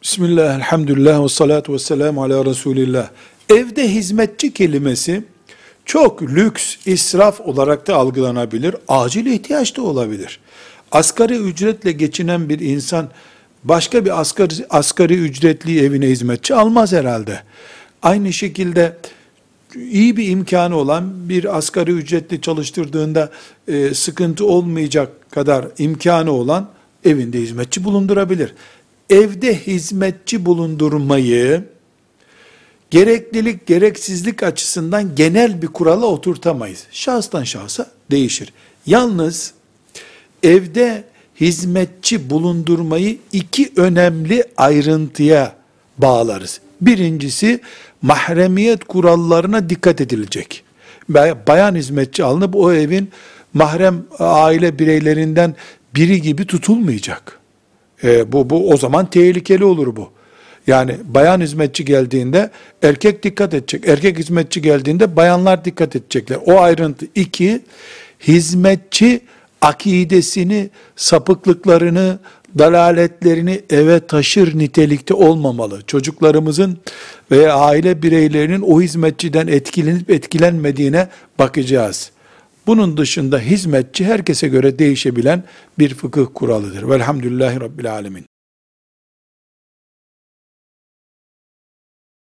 Bismillah, elhamdülillah ve salatu ve selamu ala Resulillah. Evde hizmetçi kelimesi çok lüks, israf olarak da algılanabilir. Acil ihtiyaç da olabilir. Asgari ücretle geçinen bir insan başka bir asgari ücretli evine hizmetçi almaz herhalde. Aynı şekilde iyi bir imkanı olan bir asgari ücretli çalıştırdığında sıkıntı olmayacak kadar imkanı olan evinde hizmetçi bulundurabilir. Evde hizmetçi bulundurmayı gereklilik, gereksizlik açısından genel bir kurala oturtamayız. Şahıstan şahsa değişir. Yalnız evde hizmetçi bulundurmayı iki önemli ayrıntıya bağlarız. Birincisi, mahremiyet kurallarına dikkat edilecek. Bayan hizmetçi alınıp o evin mahrem aile bireylerinden biri gibi tutulmayacak. Bu o zaman tehlikeli olur bu. Yani bayan hizmetçi geldiğinde erkek dikkat edecek. Erkek hizmetçi geldiğinde bayanlar dikkat edecekler. O ayrıntı. İki, hizmetçi akidesini, sapıklıklarını, dalaletlerini eve taşır nitelikte olmamalı. Çocuklarımızın veya aile bireylerinin o hizmetçiden etkilenip etkilenmediğine bakacağız. Bunun dışında hizmetçi herkese göre değişebilen bir fıkıh kuralıdır. Velhamdülillahi Rabbil Alemin.